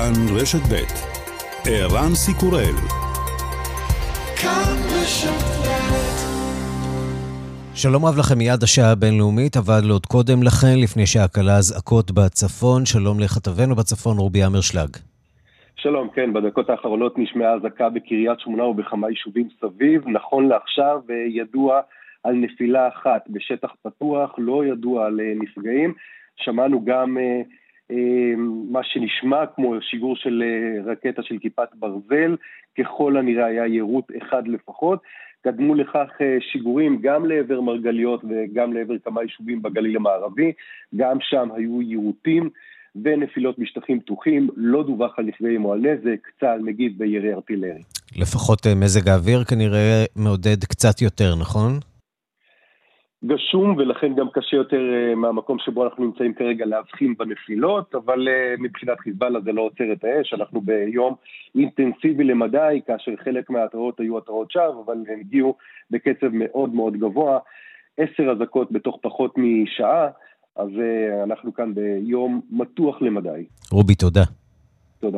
כאן רשת ב' ערן סיקורל. כאן רשת ב'. שלום רב לכם, מיד השעה הבינלאומית, אבל עוד קודם לכן, לפני שהקלה אזעקות בצפון, שלום לכתבנו בצפון, רובי אמרשלג. שלום, כן, בדקות האחרונות נשמעה אזעקה בקריית שמונה ובכמה יישובים סביב. נכון לעכשיו ידוע על נפילה אחת בשטח פתוח, לא ידוע על נפגעים. שמענו גם מה שנשמע כמו שיגור של רקטה של כיפת ברזל, ככל הנראה היה יירוט אחד לפחות. קדמו לכך שיגורים גם לעבר מרגליות וגם לעבר כמה יישובים בגליל המערבי, גם שם היו יירוטים ונפילות משטחים פתוחים, לא דווח על נפגעים או על נזק, צה"ל מגיב בירי ארטילרי. לפחות מזג האוויר כנראה מעודד קצת יותר, נכון? גשום, ולכן גם קשה יותר מהמקום שבו אנחנו נמצאים כרגע להבחין בנפילות, אבל מבחינת חיזבאללה זה לא עוצר את האש. אנחנו ביום אינטנסיבי למדי, כאשר חלק מההתראות היו התראות שווא, אבל הם הגיעו בקצב מאוד מאוד גבוה, 10 אזעקות בתוך פחות משעה, אז אנחנו כאן ביום מתוח למדי. רובי, תודה. תודה.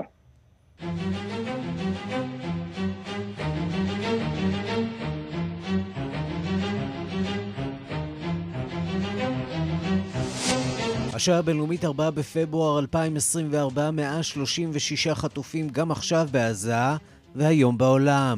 השעה הבינלאומית 4 בפברואר 2024, 136 חטופים גם עכשיו בעזה והיום בעולם.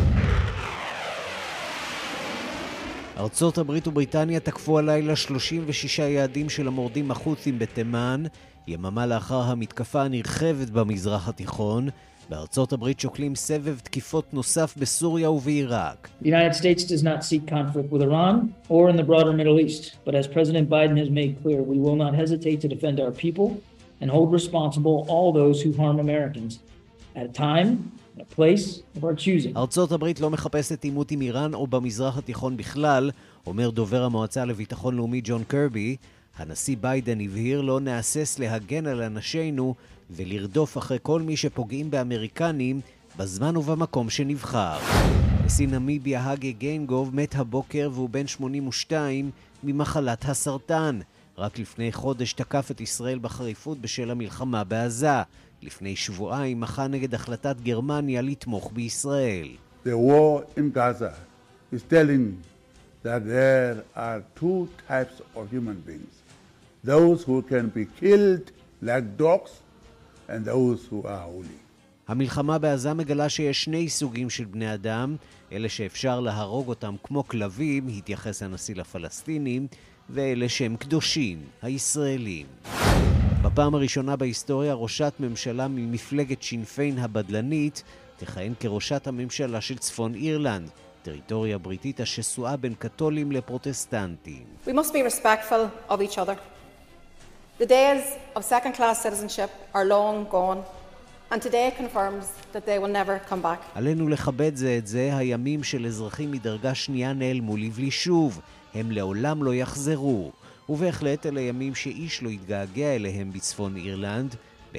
ארצות הברית ובריטניה תקפו הלילה 36 יעדים של המורדים החות'ים בתימן, יממה לאחר המתקפה הנרחבת במזרח התיכון. בארצות הברית שוקלים סבב תקיפות נוסף בסוריה ובעיראק. The United States does not seek conflict with Iran or in the broader Middle East, but as President Biden has made clear, we will not hesitate to defend our people and hold responsible all those who harm Americans at a time and a place of our choosing. ארצות הברית לא מחפשת עימות עם איראן או במזרח התיכון בכלל, אומר דובר המועצה לביטחון לאומי ג'ון קרבי. הנשיא ביידן הבהיר לא נאסס להגן על אנשינו ולרדוף אחרי כל מי שפוגעים באמריקנים בזמן ובמקום שנבחר. נשיא נמיביה הגה גיינגוב מת הבוקר והוא בן 82 ממחלת הסרטן. רק לפני חודש תקף את ישראל בחריפות בשל המלחמה בעזה. לפני שבועיים מחה נגד החלטת גרמניה לתמוך בישראל. The war in Gaza is telling that there are two types of human beings. Those who can be killed like dogs and those who are holy. המלחמה בעזה מגלה שיש שני סוגים של בני אדם, אלה שאפשר להרוג אותם כמו כלבים, התייחס הנשיא לפלסטינים, ואלה שהם קדושים, הישראלים. בפעם הראשונה בהיסטוריה, ראשת ממשלה ממפלגת שינפיין הבדלנית תכהן כראשת הממשלה של צפון אירלנד, טריטוריה בריטית השסועה בין קתולים לפרוטסטנטים. We must be respectful of each other. The days of second-class citizenship are long gone, and today confirms that they will never come back. עלינו לכבד זה את זה, הימים של אזרחים מדרגה שנייה נעלמו לבלי שוב, הם לעולם לא יחזרו. ובהחלט אלה ימים שאיש לא התגעגע אליהם בצפון אירלנד.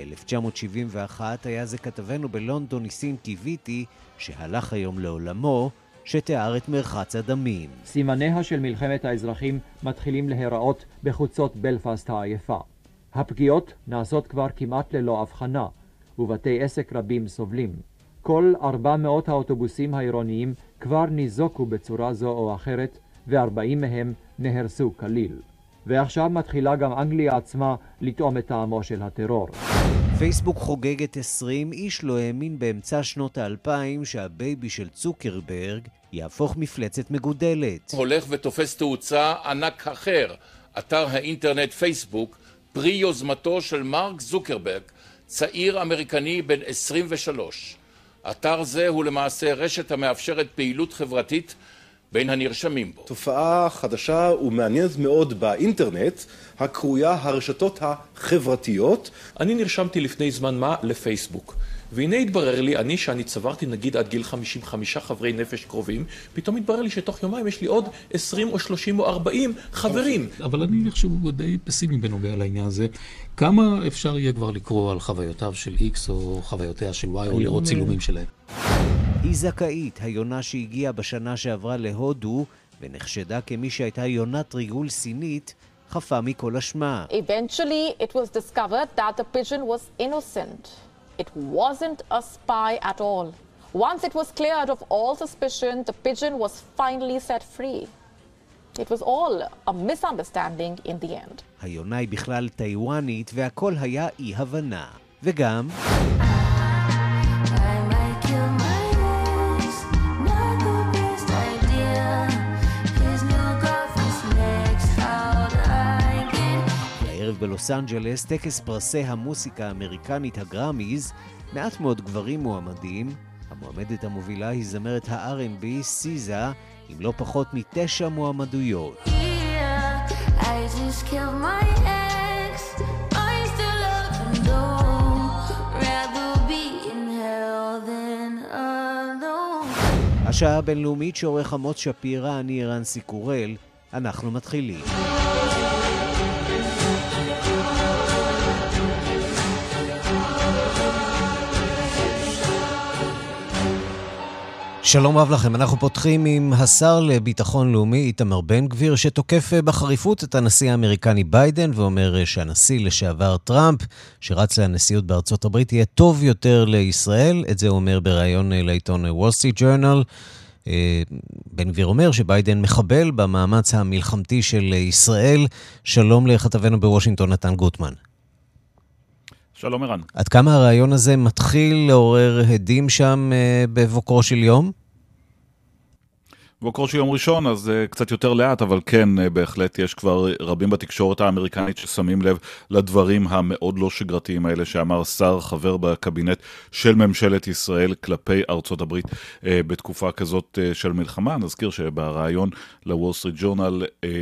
ב-1971 היה זה כתבנו בלונדון ניסים קיוויתי, שהלך היום לעולמו, שתיאר את מרחץ הדמים. סימניה של מלחמת האזרחים מתחילים להיראות בחוצות בלפאסט העייפה. הפגיעות נעשות כבר כמעט ללא הבחנה, ובתי עסק רבים סובלים. כל 400 האוטובוסים העירוניים כבר ניזוקו בצורה זו או אחרת, ו40 מהם נהרסו כליל. ועכשיו מתחילה גם אנגליה עצמה לטעום את טעמו של הטרור. פייסבוק חוגגת 20, איש לא האמין באמצע שנות ה-2000 שהבייבי של צוקרברג יהפוך מפלצת מגודלת. הולך ותופס תאוצה ענק אחר, אתר האינטרנט פייסבוק, פרי יוזמתו של מרק זוקרברג, צעיר אמריקני בן 23. אתר זה הוא למעשה רשת המאפשרת פעילות חברתית בין הנרשמים בו. תופעה חדשה ומעניינת מאוד באינטרנט, הקרויה הרשתות החברתיות. אני נרשמתי לפני זמן מה לפייסבוק, והנה התברר לי, שאני צברתי נגיד עד גיל 55 חברי נפש קרובים, פתאום התברר לי שתוך יומיים יש לי עוד 20 או 30 או 40 חברים. אבל אני חושב די פסימי בנוגע לעניין הזה. כמה אפשר יהיה כבר לקרוא על חוויותיו של X או חוויותיה של Y או לראות צילומים שלהם? היא זכאית, היונה שהגיעה בשנה שעברה להודו ונחשדה כמי שהייתה יונת ריגול סינית, חפה מכל אשמה. Eventually it was discovered that the pigeon was innocent. it wasn't a spy at all. Once it was cleared of all suspicion, the pigeon was finally set free. It was all a misunderstanding in the end. היונה היא בכלל טיוואנית והכל היה אי הבנה. וגם הערב בלוס אנג'לס, טקס פרסי המוסיקה האמריקנית הגראמיז, מעט מאוד גברים מועמדים. המועמדת המובילה היא זמרת ה-R&B סיזה, עם לא פחות מ9 מועמדויות. השעה הבינלאומית שעורך עמוס שפירא, אני רנסי קורל, אנחנו מתחילים. שלום רב לכם, אנחנו פותחים עם השר לביטחון לאומי איתמר בן גביר שתוקף בחריפות את הנשיא האמריקני ביידן ואומר שהנשיא לשעבר טראמפ שרץ לנשיאות בארצות הברית יהיה טוב יותר לישראל. את זה הוא אומר בראיון לעיתון וול סטריט ג'ורנל. בן גביר אומר שביידן מחבל במאמץ המלחמתי של ישראל. שלום לכתבנו בוושינגטון נתן גוטמן. שלום ערן. עד כמה הרעיון הזה מתחיל לעורר הדים שם בבוקרו של יום? בבוקרו של יום ראשון, אז קצת יותר לאט, אבל כן, בהחלט יש כבר רבים בתקשורת האמריקנית ששמים לב לדברים המאוד לא שגרתיים האלה שאמר שר חבר בקבינט של ממשלת ישראל כלפי ארצות הברית בתקופה כזאת של מלחמה. נזכיר שבראיון לוול סטריט ג'ורנל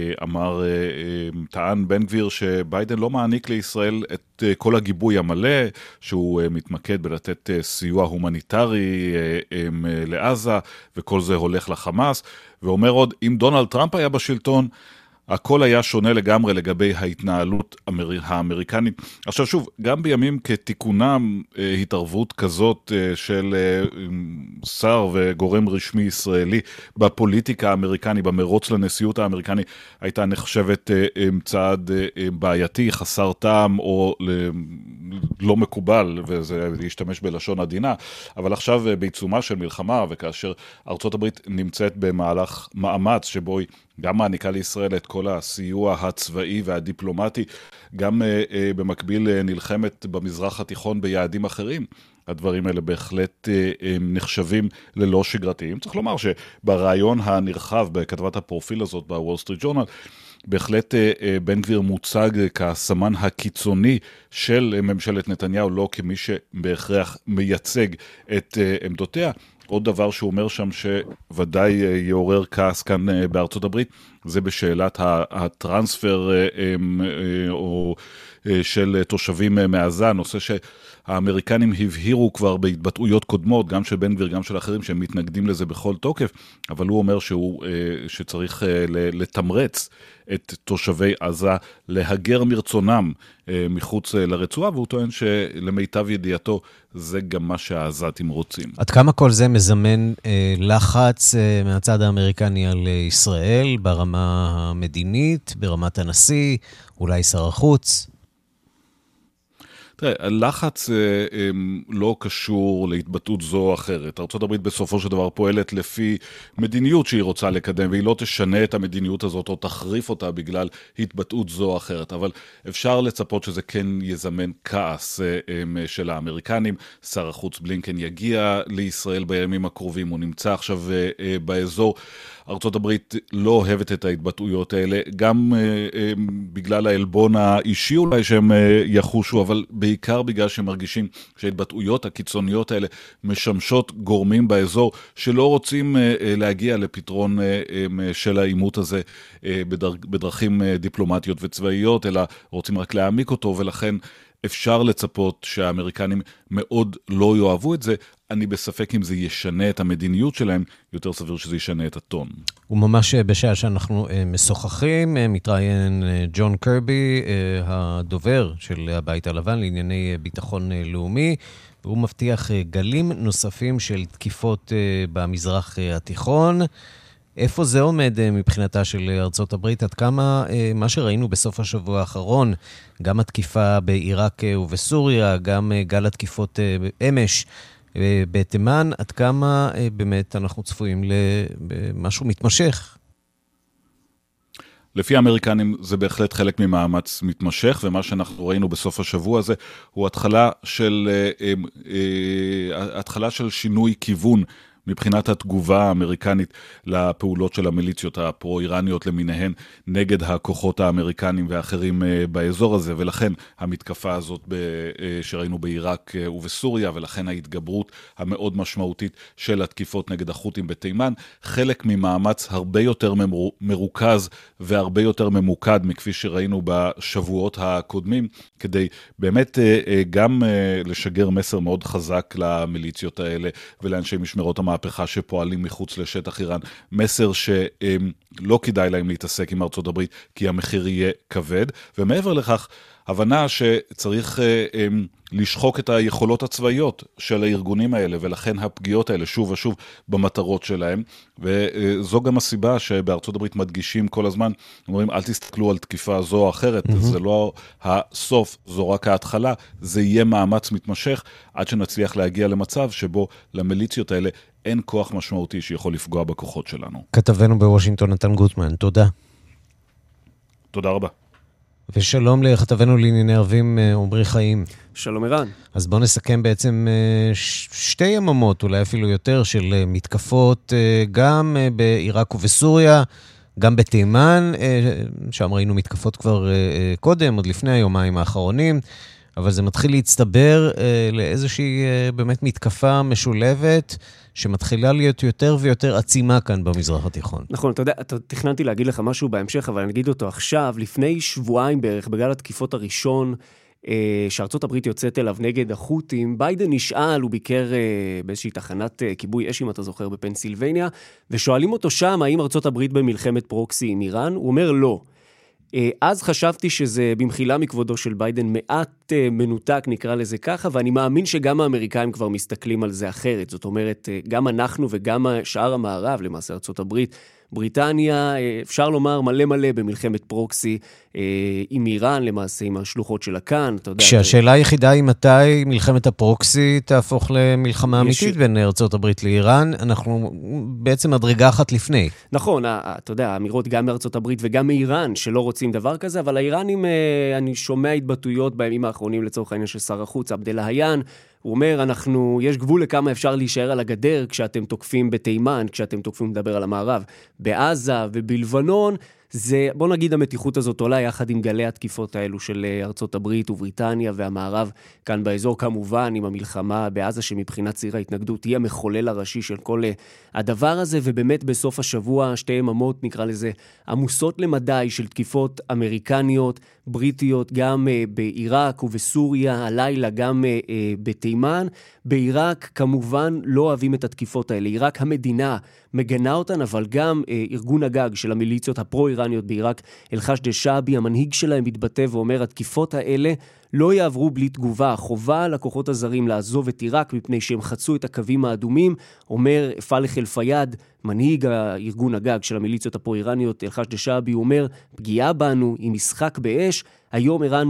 טען בן גביר שביידן לא מעניק לישראל את כל הגיבוי המלא, שהוא מתמקד בלתת סיוע הומניטרי לעזה, וכל זה הולך לחמאס. ואומר עוד, אם דונלד טראמפ היה בשלטון, הכל היה שונה לגמרי לגבי ההתנהלות האמריקנית. עכשיו שוב, גם בימים כתיקונם התערבות כזאת של שר וגורם רשמי ישראלי בפוליטיקה האמריקני, במרוץ לנשיאות האמריקני, הייתה נחשבת צעד בעייתי, חסר טעם או לא מקובל, וזה להשתמש בלשון עדינה. אבל עכשיו בעיצומה של מלחמה, וכאשר ארצות הברית נמצאת במהלך מאמץ שבו היא גם מעניקה לישראל את כל הסיוע הצבאי והדיפלומטי, גם במקביל נלחמת במזרח התיכון ביעדים אחרים. הדברים האלה בהחלט נחשבים ללא שגרתיים. צריך לומר שברעיון הנרחב בכתבת הפרופיל הזאת בוול סטריט ג'ורנל, בהחלט בן גביר מוצג כסמן הקיצוני של ממשלת נתניהו, לא כמי שבהכרח מייצג את עמדותיה. עוד דבר שהוא אומר שם שוודאי יעורר כעס כאן בארצות הברית, זה בשאלת הטרנספר או של תושבים מעזה, נושא שהאמריקנים הבהירו כבר בהתבטאויות קודמות, גם של בן גביר, גם של אחרים, שהם מתנגדים לזה בכל תוקף, אבל הוא אומר שצריך לתמרץ את תושבי עזה להגר מרצונם מחוץ לרצועה, והוא טוען שלמיטב ידיעתו זה גם מה שהעזתים רוצים. עד כמה כל זה מזמן לחץ מהצד האמריקני על ישראל ברמה המדינית, ברמת הנשיא, אולי שר החוץ? תראה, הלחץ לא קשור להתבטאות זו או אחרת. ארצות הברית בסופו של דבר פועלת לפי מדיניות שהיא רוצה לקדם, והיא לא תשנה את המדיניות הזאת או תחריף אותה בגלל התבטאות זו או אחרת. אבל אפשר לצפות שזה כן יזמן כעס של האמריקנים. שר החוץ בלינקן יגיע לישראל בימים הקרובים, הוא נמצא עכשיו באזור. ארצות הברית לא אוהבת את ההתבטאויות האלה, גם בגלל העלבון האישי אולי שהם יחושו, אבל בעיקר בגלל שהם מרגישים שההתבטאויות הקיצוניות האלה משמשות גורמים באזור שלא רוצים להגיע לפתרון של העימות הזה בדרכים דיפלומטיות וצבאיות, אלא רוצים רק להעמיק אותו, ולכן אפשר לצפות שהאמריקנים מאוד לא יאהבו את זה. אני בספק אם זה ישנה את המדיניות שלהם, יותר סביר שזה ישנה את הטון. וממש בשעה שאנחנו משוחחים, מתראיין ג'ון קרבי, הדובר של הבית הלבן לענייני ביטחון לאומי, והוא מבטיח גלים נוספים של תקיפות במזרח התיכון. איפה זה עומד מבחינתה של ארצות הברית? עד כמה מה שראינו בסוף השבוע האחרון, גם התקיפה בעיראק ובסוריה, גם גל התקיפות אמש בתימן, עד כמה באמת אנחנו צפויים למשהו מתמשך? לפי האמריקנים זה בהחלט חלק ממאמץ מתמשך, ומה שאנחנו ראינו בסוף השבוע הזה הוא התחלה של שינוי כיוון מבחינת התגובה האמריקנית לפעולות של המיליציות הפרו-איראניות למיניהן נגד הכוחות האמריקנים ואחרים באזור הזה, ולכן המתקפה הזאת שראינו בעיראק ובסוריה, ולכן ההתגברות המאוד משמעותית של התקיפות נגד החות'ים בתימן, חלק ממאמץ הרבה יותר מרוכז והרבה יותר ממוקד מכפי שראינו בשבועות הקודמים, כדי באמת גם לשגר מסר מאוד חזק למיליציות האלה ולאנשי משמרות המהפכה שפועלים מחוץ לשטח איראן, מסר שלא כדאי להם להתעסק עם ארצות הברית כי המחיר יהיה כבד, ומעבר לכך הבנה שצריך לשחוק את היכולות הצבאיות של הארגונים האלה, ולכן הפגיעות האלה שוב ושוב במטרות שלהם, וזו גם הסיבה שבארצות הברית מדגישים כל הזמן, אומרים אל תסתכלו על תקיפה זו או אחרת, זה לא הסוף, זו רק ההתחלה, זה יהיה מאמץ מתמשך, עד שנצליח להגיע למצב שבו למיליציות האלה אין כוח משמעותי שיכול לפגוע בכוחות שלנו. כתבנו בוושינגטון נתן גוטמן, תודה. תודה רבה. ושלום לכתבנו לענייני ערבים עומרי חיים. שלום ערן. אז בואו נסכם בעצם שתי יממות, אולי אפילו יותר, של מתקפות גם בעיראק ובסוריה, גם בתימן, שם ראינו מתקפות כבר קודם, עוד לפני היומיים האחרונים, אבל זה מתחיל להצטבר לאיזושהי באמת מתקפה משולבת, שמתחילה להיות יותר ויותר עצימה כאן במזרח התיכון. נכון, אתה יודע, תכננתי להגיד לך משהו בהמשך, אבל אני אגיד אותו עכשיו, לפני שבועיים בערך, בגלל התקיפות הראשון, שארצות הברית יוצאת אליו נגד החות'ים, ביידן נשאל, הוא ביקר באיזושהי תחנת כיבוי אש, אם אתה זוכר, בפנסילבניה, ושואלים אותו שם, האם ארצות הברית במלחמת פרוקסי עם איראן? הוא אומר לא. אז חשבתי שזה במחילה מכבודו של ביידן מעט מנותק, נקרא לזה ככה, ואני מאמין שגם האמריקאים כבר מסתכלים על זה אחרת. זאת אומרת, גם אנחנו וגם שאר המערב, למעשה ארצות הברית, בריטניה, אפשר לומר מלא במלחמת פרוקסי עם איראן, למעשה עם השלוחות שלה כאן. כשהשאלה היחידה היא מתי מלחמת הפרוקסי תהפוך למלחמה אמיתית בין ארצות הברית לאיראן, אנחנו בעצם מדרגה אחת לפני. נכון, אתה יודע, האמירות גם מארצות הברית וגם מאיראן שלא רוצים דבר כזה, אבל האיראנים, אני שומע התבטאויות בימים האחרונים לצורך העניין של שר החוץ, עבדאללה, הוא אומר, יש גבול לכמה אפשר להישאר על הגדר כשאתם תוקפים בתימן, כשאתם תוקפים לדבר על המערב. בעזה ובלבנון, בוא נגיד המתיחות הזאת עולה יחד עם גלי התקיפות האלו של ארצות הברית ובריטניה והמערב כאן באזור, כמובן עם המלחמה בעזה שמבחינת ציר ההתנגדות היא המחולל הראשי של כל הדבר הזה, ובאמת בסוף השבוע שתי יממות נקרא לזה עמוסות למדי של תקיפות אמריקניות, בריטיות, גם בעיראק ובסוריה, הלילה גם בתימן. בעיראק כמובן לא אוהבים את התקיפות האלה, עיראק המדינה מגנה אותן, אבל גם ארגון הגג של המיליציות הפרו-איראניות בעיראק, אל-חשד א-שעבי, המנהיג שלהם מתבטא ואומר, התקיפות האלה לא יעברו בלי תגובה, חובה על הכוחות הזרים לעזוב את עיראק מפני שהם חצו את הקווים האדומים, אומר פלח אל-פיאד, מנהיג הארגון הגג של המיליציות הפרו-איראניות, אל-חשד א-שעבי, אומר, פגיעה בנו היא משחק באש, היום איראן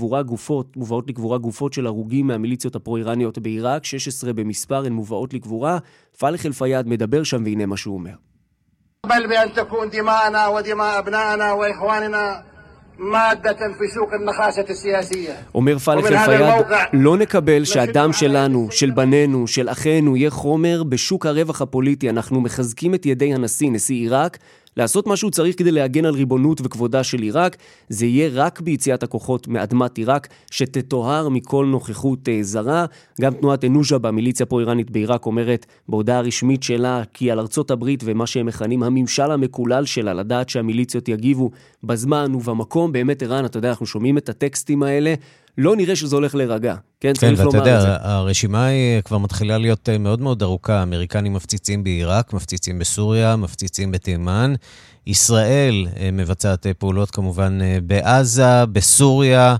מובאות לקבורה גופות של הרוגים מהמיליציות הפרו-איראניות בעיראק, 16 במספר הן מובאות לקבורה, פלח אל-פיאד מדבר שם והנה מה שהוא אומר. بل بأن تكون دماءنا ودماء أبنائنا وإخواننا مادة في سوق النخاسة السياسية. אומר פלח אל-פיאד, לא נקבל שהדם שלנו, של בנינו, של אחינו, יהיה חומר בשוק הרווח הפוליטי. אנחנו מחזקים את ידי הנשיא, נשיא עיראק, לעשות מה שהוא צריך כדי להגן על ריבונות וכבודה של עיראק. זה יהיה רק ביציאת הכוחות מאדמת עיראק, שתתוהר מכל נוכחות זרה. גם תנועת אנוג'ה במיליציה פרו-איראנית בעיראק אומרת בהודעה רשמית שלה, כי על ארצות הברית ומה שהם מכנים הממשל המקולל שלה, לדעת שהמיליציות יגיבו בזמן ובמקום. באמת ערן, אתה יודע, אנחנו שומעים את הטקסטים האלה, לא נראה שזה הולך להירגע. כן, צריך לומר את זה. יודע, הרשימה היא כבר מתחילה להיות מאוד מאוד ארוכה. האמריקנים מפציצים בעיראק, מפציצים בסוריה, מפציצים בתימן. ישראל מבצעת פעולות כמובן בעזה, בסוריה,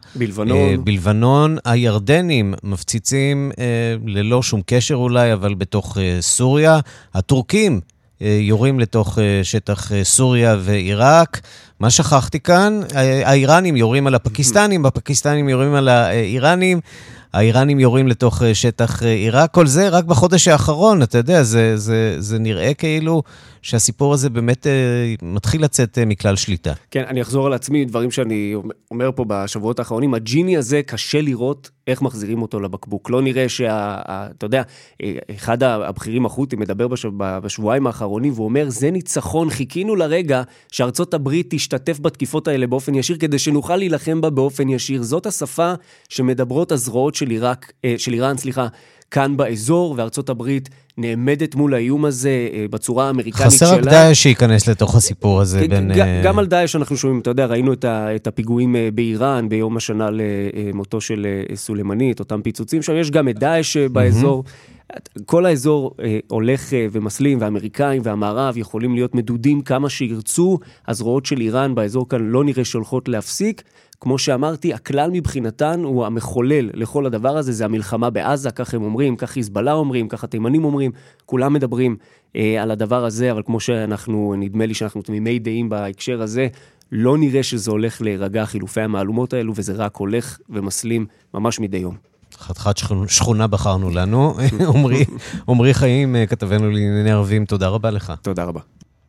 בלבנון. הירדנים מפציצים ללא שום קשר אולי, אבל בתוך סוריה. הטורקים יורים לתוך שטח סוריה ועיראק. מה שכחתי כאן? האיראנים יורים על הפקיסטנים, הפקיסטנים יורים על האיראנים, האיראנים יורים לתוך שטח עיראק. כל זה רק בחודש האחרון, אתה יודע, זה נראה כאילו שהסיפור הזה באמת מתחיל לצאת מכלל שליטה. כן, אני אחזור על עצמי, דברים שאני אומר פה בשבועות האחרונים, הג'יני הזה קשה לראות איך מחזירים אותו לבקבוק. לא נראה אתה יודע, אחד הבכירים החות'ים מדבר בשבועיים האחרונים, והוא אומר, זה ניצחון, חיכינו לרגע שארצות הברית תשתתף בתקיפות האלה באופן ישיר, כדי שנוכל להילחם בה באופן ישיר. זאת השפה שמדברות הזרועות של איראן, כאן באזור, וארצות הברית נעמדת מול האיום הזה בצורה האמריקנית שלה. חסר רק דאעש שייכנס לתוך הסיפור הזה. גם על דאעש אנחנו שומעים, אתה יודע, ראינו את הפיגועים באיראן, ביום השנה למותו של סולימני, את אותם פיצוצים שם, יש גם את דאעש באזור. כל האזור הולך ומסלים, והאמריקאים והמערב יכולים להיות מדודים כמה שירצו, הזרועות של איראן באזור כאן לא נראה שהולכות להפסיק. כמו שאמרתי, הכלל מבחינתן הוא המחולל לכל הדבר הזה, זה המלחמה בעזה, כך הם אומרים, כך חיזבאללה אומרים, כך התימנים אומרים, כולם מדברים על הדבר הזה, אבל כמו שאנחנו, נדמה לי שאנחנו תמימי דעים בהקשר הזה, לא נראה שזה הולך להירגע חילופי המעלומות האלו, וזה רק הולך ומסלים ממש מדי יום. חתיכת שכונה בחרנו לנו. עומרי חיים, כתבנו לענייני ערבים, תודה רבה לך. תודה רבה.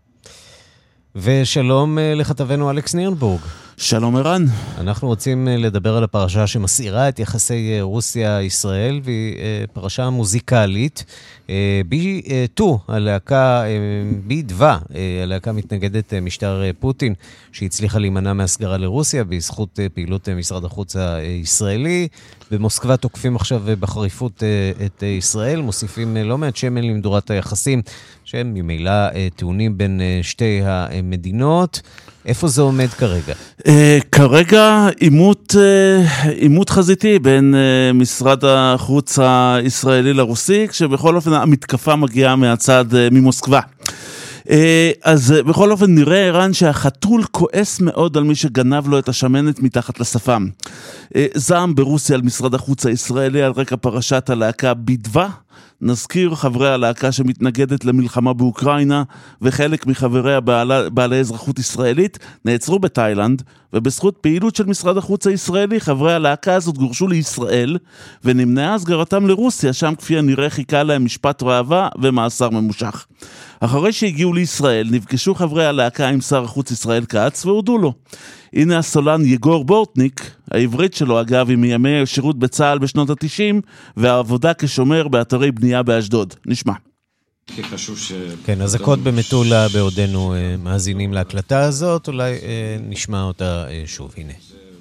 ושלום לכתבנו אלכס נירנבורג. שלום ערן. אנחנו רוצים לדבר על הפרשה שמסעירה את יחסי רוסיה-ישראל, והיא פרשה מוזיקלית. B2, הלהקה, B2, הלהקה מתנגדת משטר פוטין, שהצליחה להימנע מהסגרה לרוסיה, בזכות פעילות משרד החוץ הישראלי. במוסקבה תוקפים עכשיו בחריפות את ישראל, מוסיפים לא מעט שמן למדורת היחסים, שהם ממילא טעונים בין שתי המדינות. איפה זה עומד כרגע? כרגע עימות חזיתי בין משרד החוץ הישראלי לרוסי, כשבכל אופן המתקפה מגיעה מהצד ממוסקבה. אז בכל אופן נראה ערן שהחתול כועס מאוד על מי שגנב לו את השמנת מתחת לשפם. זעם ברוסיה על משרד החוץ הישראלי על רקע פרשת הלהקה בידווה. נזכיר חברי הלהקה שמתנגדת למלחמה באוקראינה וחלק מחבריה בעלי אזרחות ישראלית נעצרו בתאילנד, ובזכות פעילות של משרד החוץ הישראלי חברי הלהקה הזאת גורשו לישראל ונמנעה הסגרתם לרוסיה, שם כפי הנראה חיכה להם משפט ראווה ומאסר ממושך. אחרי שהגיעו לישראל נפגשו חברי הלהקה עם שר החוץ ישראל כץ והודו לו. הנה הסולן יגור בורטניק, העברית שלו אגב היא מימי שירות בצה"ל בשנות ה-90 והעבודה כשומר באתרי בנייה באשדוד. נשמע. כן, אז הקוד במטולה בעודנו מאזינים להקלטה הזאת, אולי נשמע אותה שוב, הנה.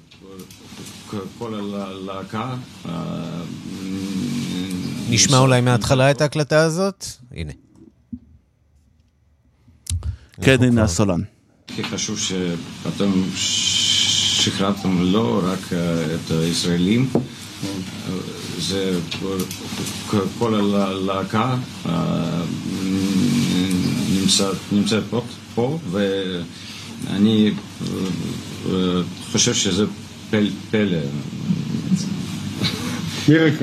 כל הלהקה נשמע אולי מההתחלה את ההקלטה הזאת? הנה. כן, הנה הסולן. הכי חשוב שאתם שחררתם לא רק את הישראלים, זה כל הלהקה נמצאת פה, ואני חושב שזה פלא. מירקל,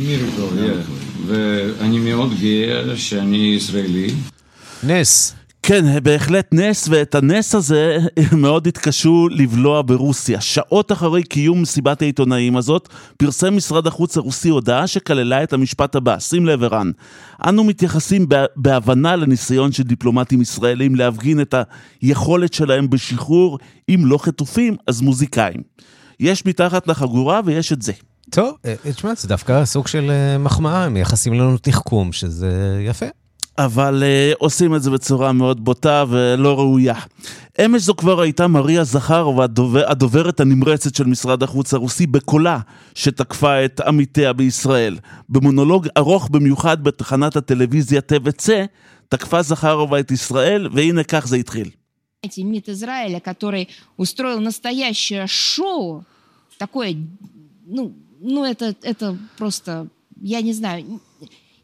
ואני מאוד גאה שאני ישראלי. נס. כן, בהחלט נס, ואת הנס הזה מאוד התקשו לבלוע ברוסיה. שעות אחרי קיום מסיבת העיתונאים הזאת, פרסם משרד החוץ הרוסי הודעה שכללה את המשפט הבא. שים לב ערן, אנו מתייחסים בהבנה לניסיון של דיפלומטים ישראלים להפגין את היכולת שלהם בשחרור, אם לא חטופים, אז מוזיקאים. יש מתחת לחגורה ויש את זה. טוב, תשמע, זה דווקא סוג של מחמאה, הם מייחסים לנו תחכום, שזה יפה. אבל עושים את זה בצורה מאוד בוטה ולא ראויה. אמש זו כבר הייתה מריה זכרוב, הדוברת הנמרצת של משרד החוץ הרוסי, בקולה שתקפה את עמיתיה בישראל. במונולוג ארוך במיוחד בתחנת הטלוויזיה TVC, תקפה זכרוב את ישראל, והנה כך זה התחיל. МИД Израиля, который устроил настоящее шоу, такое, это просто, я не знаю...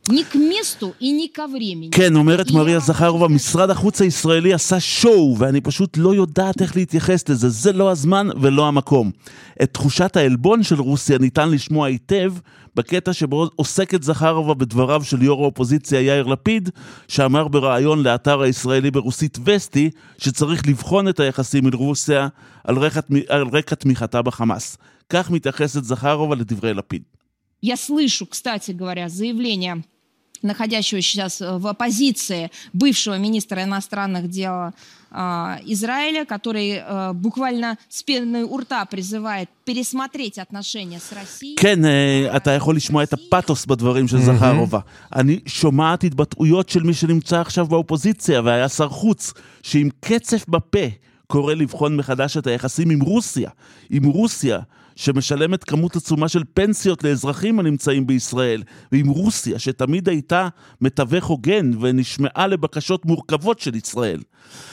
ни к месту и ни ко времени. כן, אומרת מריה זכרוב, משרד החוץ הישראלי עשה שואו, ואני פשוט לא יודעת איך להתייחס לזה. זה לא הזמן ולא המקום. את תחושת העלבון של רוסיה ניתן לשמוע היטב, בקטע שבו עוסקת זכרוב בדבריו של יו"ר האופוזיציה יאיר לפיד, שאמר בראיון לאתר הישראלי ברוסית וסטי, שצריך לבחון את היחסים עם רוסיה על רקע תמיכתה בחמאס. כך מתייחסת זכרוב לדברי לפיד. Я слышу, кстати говоря, заявление находящего сейчас в оппозиции бывшего министра иностранных дел Израиля, который буквально с пеной у рта призывает пересмотреть отношения с Россией. כן, אתה יכול לשמוע את הפאתוס בדברים של זכרוב. אני שומעת התבטאויות של מי שנמצא עכשיו באופוזיציה, והיה שר חוץ, שעם קצף בפה קורא לבחון מחדש את היחסים עם רוסיה. עם רוסיה, שמשלמת כמות עצומה של פנסיות לאזרחים הנמצאים בישראל, ועם רוסיה שתמיד הייתה מתווך הוגן ונשמעה לבקשות מורכבות של ישראל.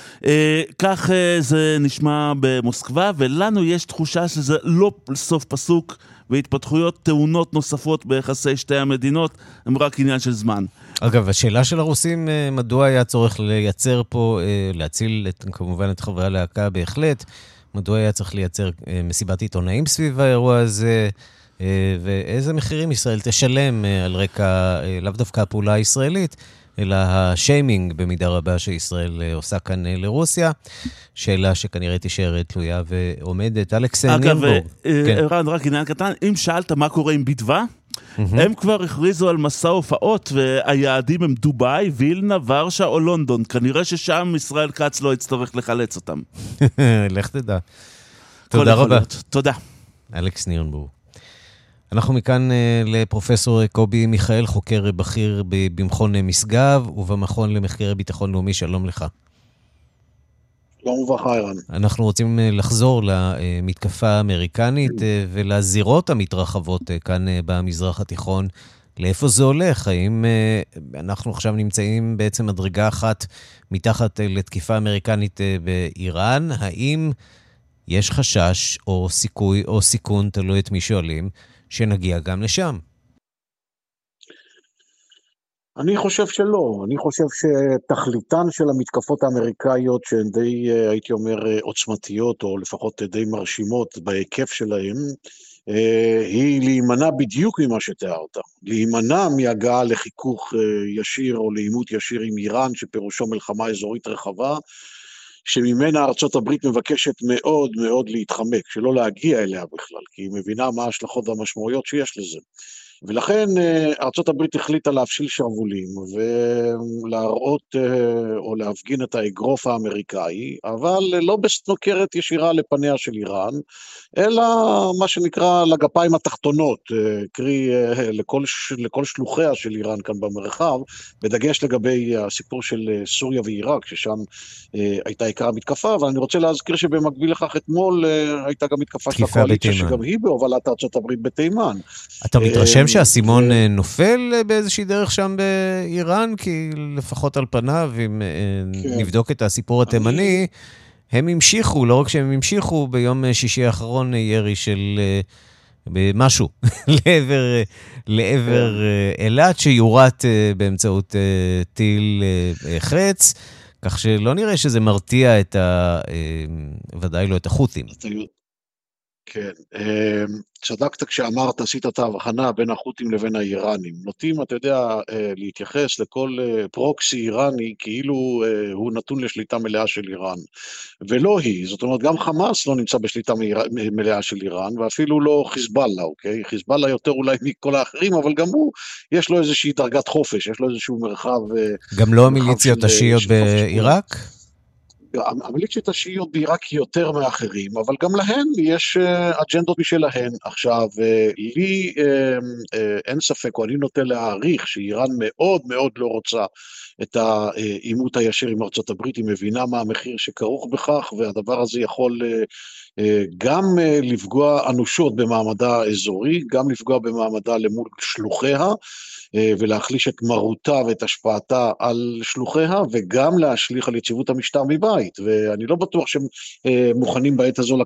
כך זה נשמע במוסקבה, ולנו יש תחושה שזה לא סוף פסוק, והתפתחויות טעונות נוספות ביחסי שתי המדינות, הם רק עניין של זמן. אגב, השאלה של הרוסים, מדוע היה צורך לייצר פה, להציל כמובן את חברי הלהקה בהחלט, מדוע היה צריך לייצר מסיבת עיתונאים סביב האירוע הזה, ואיזה מחירים ישראל תשלם על רקע, לאו דווקא הפעולה הישראלית, אלא השיימינג במידה רבה שישראל עושה כאן לרוסיה. שאלה שכנראה תישאר תלויה ועומדת. אלכס נירנבורג. אגב, ערן, רק עניין קטן, אם שאלת מה קורה עם בדווה, הם כבר הכריזו על מסע הופעות, והיעדים הם דובאי, וילנה, ורשה או לונדון. כנראה ששם ישראל כץ לא יצטרך לחלץ אותם. לך תדע. תודה רבה. תודה. אלכס נירנבורג. אנחנו מכאן לפרופסור קובי מיכאל, חוקר בכיר במכון משגב ובמכון למחקרי ביטחון לאומי. שלום לך. שלום וברכה, ערן. אנחנו רוצים לחזור למתקפה האמריקנית ולזירות המתרחבות כאן במזרח התיכון. לאיפה זה הולך? האם אנחנו עכשיו נמצאים בעצם מדרגה אחת מתחת לתקיפה אמריקנית באיראן? האם יש חשש או סיכוי או סיכון, תלוי את מי שואלים, שנגיע גם לשם? אני חושב שלא. אני חושב שתכליתן של המתקפות האמריקאיות, שהן די, הייתי אומר, עוצמתיות, או לפחות די מרשימות בהיקף שלהן, היא להימנע בדיוק ממה שתיארת. להימנע מהגעה לחיכוך ישיר או לעימות ישיר עם איראן, שפירושו מלחמה אזורית רחבה, שממנה ארצות הברית מבקשת מאוד מאוד להתחמק, שלא להגיע אליה בכלל, כי היא מבינה מה ההשלכות והמשמעויות שיש לזה. ולכן ארצות הברית החליטה להפשיל שרוולים, ולהראות או להפגין את האגרוף האמריקאי, אבל לא בסנוקרת ישירה לפניה של איראן, אלא מה שנקרא לגפיים התחתונות, קרי לכל שלוחיה של איראן כאן במרחב, בדגש לגבי הסיפור של סוריה ועיראק, ששם הייתה עיקר המתקפה, אבל אני רוצה להזכיר שבמקביל לכך אתמול הייתה גם מתקפה של הקואליציה, שגם היא בהובלת ארצות הברית בתימן. אתה מתרשם שהסימון נופל באיזושהי דרך שם באיראן? כי לפחות על פניו, אם נבדוק את הסיפור התימני, הם המשיכו, לא רק שהם המשיכו, ביום שישי האחרון ירי של משהו לעבר אילת, שיורת באמצעות טיל חץ, כך שלא נראה שזה מרתיע את ודאי לא את החות'ים. כן, צדקת כשאמרת, עשית את ההבחנה בין החות'ים לבין האיראנים. נוטים, אתה יודע, להתייחס לכל פרוקסי איראני כאילו הוא נתון לשליטה מלאה של איראן. ולא היא, זאת אומרת, גם חמאס לא נמצא בשליטה מלאה של איראן, ואפילו לא חיזבאללה, אוקיי? חיזבאללה יותר אולי מכל האחרים, אבל גם הוא, יש לו איזושהי דרגת חופש, יש לו איזשהו מרחב... גם לא המיליציות השיעיות בעיראק? המיליציות השיעיות בעיראק יותר מאחרים, אבל גם להן יש אג'נדות משלהן. עכשיו, לי אין ספק, או אני נוטה להעריך שאיראן מאוד מאוד לא רוצה את העימות הישיר עם ארצות הברית, היא מבינה מה המחיר שכרוך בכך, והדבר הזה יכול גם לפגוע אנושות במעמדה האזורי, גם לפגוע במעמדה למול שלוחיה, ולהחליש את מרותה ואת השפעתה על שלוחיה, וגם להשליך על יציבות המשטר מבית, ואני לא בטוח שהם מוכנים בעת הזו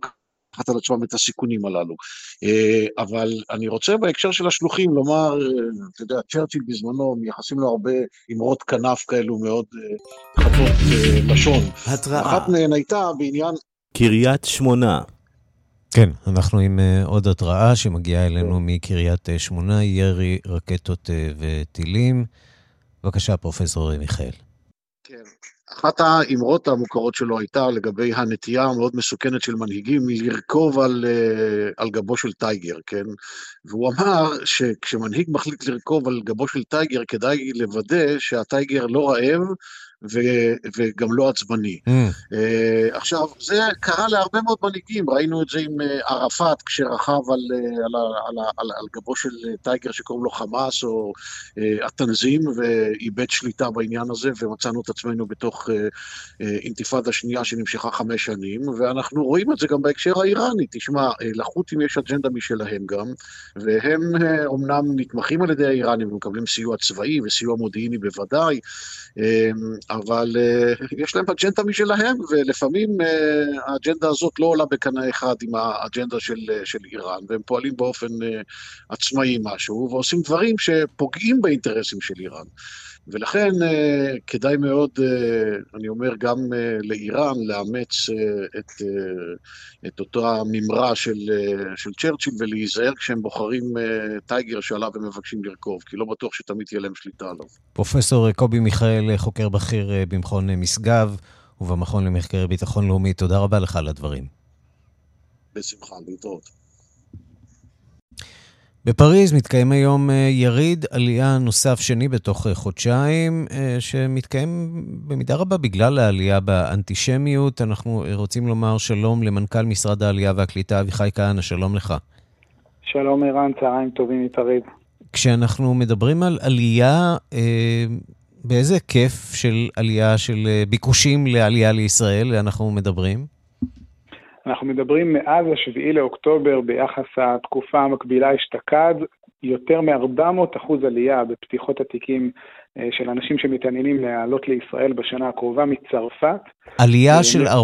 לקחת על עצמם את הסיכונים הללו. אבל אני רוצה בהקשר של השלוחים לומר, אתה יודע, צ'רצ'יל בזמנו, מייחסים לו הרבה אמרות כנף כאלו מאוד חדות לשון. אחת מהן הייתה בעניין קריית שמונה. כן, אנחנו עם עוד התראה שמגיעה אלינו מקריית שמונה, ירי רקטות וטילים. בבקשה, פרופסור מיכאל. כן, אחת האמרות המוכרות שלו הייתה לגבי הנטייה המאוד מסוכנת של מנהיגים לרכוב על גבו של טייגר, כן? והוא אמר שכשמנהיג מחליט לרכוב על גבו של טייגר, כדאי לוודא שהטייגר לא רעב, וגם לא עצבני. עכשיו, זה קרה להרבה מאוד מנהיגים, ראינו את זה עם ערפאת, כשרכב על גבו של טייגר שקוראים לו חמאס, או התנזים, ואיבד שליטה בעניין הזה, ומצאנו את עצמנו בתוך אינתיפאדה שנייה שנמשכה 5 שנים, ואנחנו רואים את זה גם בהקשר האיראני. תשמע, לחות'ים יש אג'נדה משלהם גם, והם אומנם נתמכים על ידי האיראנים, ומקבלים סיוע צבאי וסיוע מודיעיני בוודאי, אבל יש להם אג'נדה משלהם, ולפעמים האג'נדה הזאת לא עולה בקנה אחד עם האג'נדה של איראן, והם פועלים באופן עצמאי משהו, ועושים דברים שפוגעים באינטרסים של איראן. ולכן כדאי מאוד, אני אומר גם לאיראן, לאמץ את אותה ממרה של צ'רצ'יל, ולהיזהר כשהם בוחרים טייגר שעליו הם מבקשים לרכוב, כי לא בטוח שתמיד תהיה להם שליטה עליו. פרופסור קובי מיכאל, חוקר בכיר במכון משגב, ובמכון למחקרי ביטחון לאומי, תודה רבה לך על הדברים. בשמחה, להתראות. בפריז מתקיים היום יריד עלייה נוסף שני בתוך חודשיים, שמתקיים במידה רבה בגלל העלייה באנטישמיות. אנחנו רוצים לומר שלום למנכ"ל משרד העלייה והקליטה, אביחי כהנא, שלום לך. שלום ערן, צהריים טובים מפריז. כשאנחנו מדברים על עלייה, באיזה היקף של עלייה של ביקושים לעלייה לישראל אנחנו מדברים? אנחנו מדברים מאז 7 לאוקטובר ביחס התקופה המקבילה אשתקד, יותר מ-400% עלייה בפתיחות התיקים של אנשים שמתעניינים לעלות לישראל בשנה הקרובה מצרפת. עלייה של 400%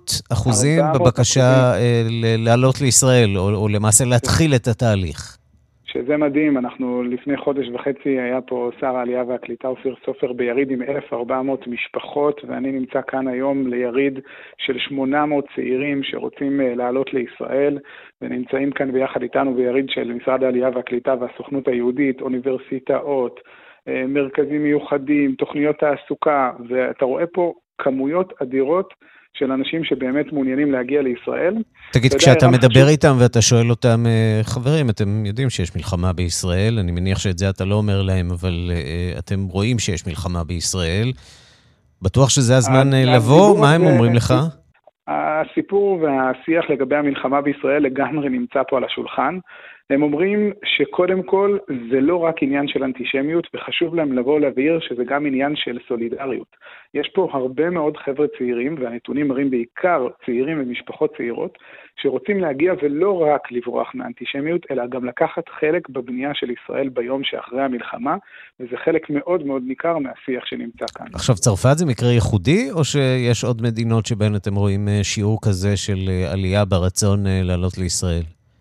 בבקשה לעלות לישראל, או למעשה להתחיל את התהליך. שזה מדהים, אנחנו לפני חודש וחצי היה פה שר העלייה והקליטה אופיר סופר ביריד עם 1,400 משפחות, ואני נמצא כאן היום ליריד של 800 צעירים שרוצים לעלות לישראל, ונמצאים כאן ביחד איתנו ביריד של משרד העלייה והקליטה והסוכנות היהודית, אוניברסיטאות, מרכזים מיוחדים, תוכניות תעסוקה, ואתה רואה פה כמויות אדירות של אנשים שבאמת מעוניינים להגיע לישראל. תגיד, כשאתה מדבר איתם ואתה שואל אותם, חברים, אתם יודעים שיש מלחמה בישראל, אני מניח שאת זה אתה לא אומר להם, אבל אתם רואים שיש מלחמה בישראל, בטוח שזה הזמן לבוא, מה הם אומרים לך? הסיפור והשיח לגבי המלחמה בישראל לגמרי נמצא פה על השולחן. הם אומרים שקודם כל זה לא רק עניין של אנטישמיות, וחשוב להם לבוא להבהיר שזה גם עניין של סולידריות. יש פה הרבה מאוד חבר'ה צעירים, והנתונים מראים בעיקר צעירים ומשפחות צעירות, שרוצים להגיע ולא רק לברוח מהאנטישמיות, אלא גם לקחת חלק בבנייה של ישראל ביום שאחרי המלחמה, וזה חלק מאוד מאוד ניכר מהשיח שנמצא כאן. עכשיו, צרפת זה מקרה ייחודי, או שיש עוד מדינות שבהן אתם רואים שיעור כזה של עלייה ברצון לעלות לישראל?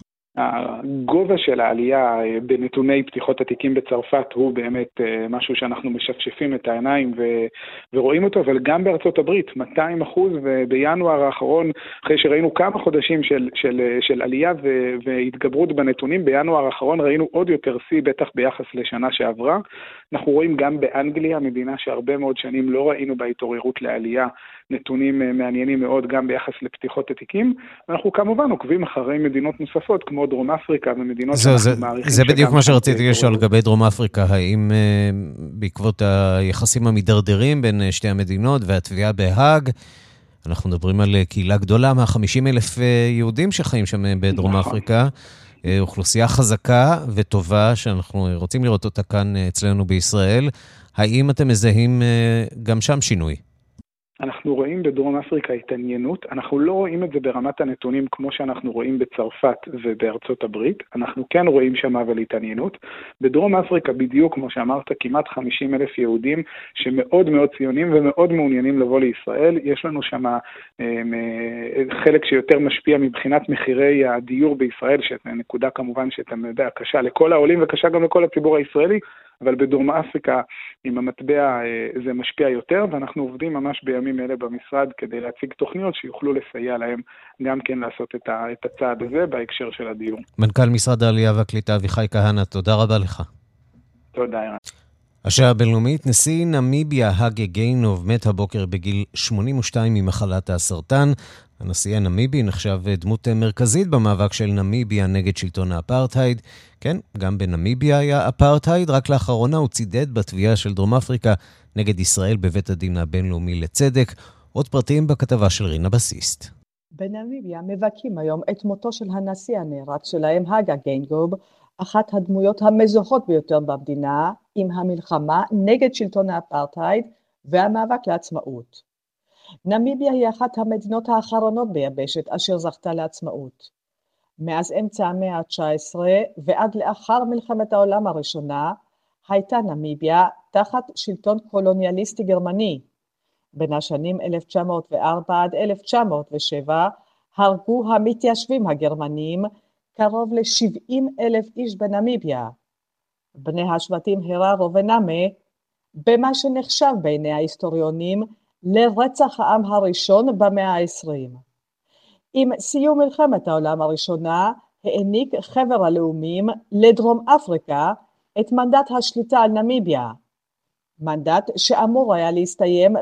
הגובה של העלייה בנתוני פתיחות התיקים בצרפת הוא באמת משהו שאנחנו משפשפים את העיניים ורואים אותו, אבל גם בארצות הברית 200%, ובינואר האחרון, אחרי שראינו כמה חודשים של עלייה והתגברות בנתונים, בינואר האחרון ראינו עוד יותר שיא, בטח ביחס לשנה שעברה. אנחנו רואים גם באנגליה, מדינה שהרבה מאוד שנים לא ראינו בהתעוררות לעלייה, נתונים מעניינים מאוד גם ביחס לפתיחות התיקים. אנחנו כמובן עוקבים אחרי מדינות נוספות, כמו דרום אפריקה ומדינות שאנחנו מעריכים. זה בדיוק מה שרציתי לשאול לגבי דרום אפריקה, האם בעקבות היחסים המדרדרים בין שתי המדינות והתביעה בהאג, אנחנו מדברים על קהילה גדולה, 50,000 יהודים שחיים שם בדרום אפריקה, אוכלוסייה חזקה וטובה שאנחנו רוצים לראות אותה כאן אצלנו בישראל. האם אתם מזהים גם שם שינוי? אנחנו רואים בדרום אפריקה התעניינות, אנחנו לא רואים את זה ברמת הנתונים כמו שאנחנו רואים בצרפת ובארצות הברית, אנחנו כן רואים שם אבל התעניינות. בדרום אפריקה בדיוק כמו שאמרת, כמעט 50,000 יהודים שמאוד מאוד ציונים ומאוד מעוניינים לבוא לישראל, יש לנו שם חלק שיותר משפיע מבחינת מחירי הדיור בישראל, שזו נקודה כמובן שאתה יודע, קשה לכל העולים וקשה גם לכל הציבור הישראלי, אבל בדרום אפריקה עם המטבע זה משפיע יותר, ואנחנו עובדים ממש בימים אלה במשרד כדי להציג תוכניות שיוכלו לסייע להם גם כן לעשות את הצעד הזה בהקשר של הדיור. מנכ"ל משרד העלייה והקליטה אביחי כהנא, תודה רבה לך. תודה, ערן. השעה הבינלאומית, נשיא נמיביה הגה גיינוב מת הבוקר בגיל 82 ממחלת הסרטן. הנשיא הנמיבי נחשב דמות מרכזית במאבק של נמיביה נגד שלטון האפרטהייד. כן, גם בנמיביה היה אפרטהייד, רק לאחרונה הוא צידד בתביעה של דרום אפריקה נגד ישראל בבית הדין הבינלאומי לצדק. עוד פרטים בכתבה של רינה בסיסט. בנמיביה מבכים היום את מותו של הנשיא הנערץ שלהם, הגה גיינוב, אחת הדמויות המזוהות ביותר במדינה, עם המלחמה נגד שלטון האפרטהייד והמאבק לעצמאות. נמיביה היא אחת המדינות האחרונות ביבשת אשר זכתה לעצמאות. מאז אמצע המאה ה-19 ועד לאחר מלחמת העולם הראשונה, הייתה נמיביה תחת שלטון קולוניאליסטי גרמני. בין השנים 1904 עד 1907 הרגו המתיישבים הגרמנים קרוב ל-70,000 איש בנמיביה. בני השבטים הררו ונאמה, במה שנחשב בעיני ההיסטוריונים לרצח העם הראשון במאה ה-20. עם סיום מלחמת העולם הראשונה, העניק חבר הלאומים לדרום אפריקה את מנדט השליטה על נמיביה. מנדט שאמור היה להסתיים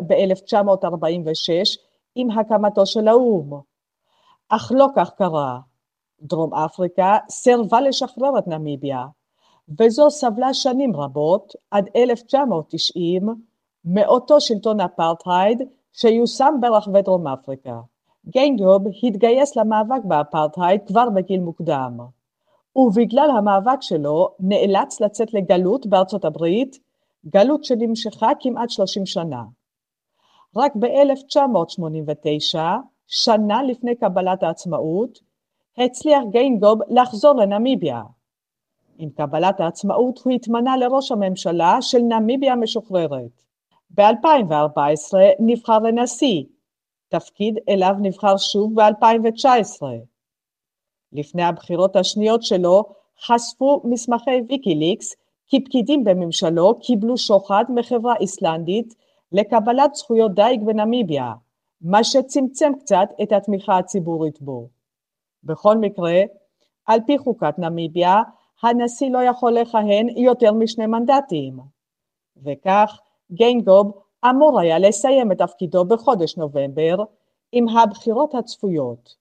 ב-1946 עם הקמתו של האו"ם. אך לא כך קרה. דרום אפריקה סירבה לשחרר את נמיביה, וזו סבלה שנים רבות עד 1990 מאותו שלטון אפרטהייד שיושם ברחבי דרום אפריקה. גיינוב התגייס למאבק באפרטהייד כבר בגיל מוקדם, ובגלל המאבק שלו נאלץ לצאת לגלות בארצות הברית, גלות שנמשכה כמעט 30 שנה. רק ב-1989, שנה לפני קבלת העצמאות, הצליח גיינוב לחזור לנמיביה. עם קבלת העצמאות הוא התמנה לראש הממשלה של נמיביה המשוחררת. ב-2014 נבחר לנשיא, תפקיד אליו נבחר שוב ב-2019. לפני הבחירות השניות שלו חשפו מסמכי ויקיליקס כי פקידים בממשלו קיבלו שוחד מחברה איסלנדית לקבלת זכויות דייג בנמיביה, מה שצמצם קצת את התמיכה הציבורית בו. בכל מקרה, על פי חוקת נמיביה, הנשיא לא יכול לכהן יותר מ2 מנדטים. וכך, גיינוב אמור היה לסיים את תפקידו בחודש נובמבר עם הבחירות הצפויות.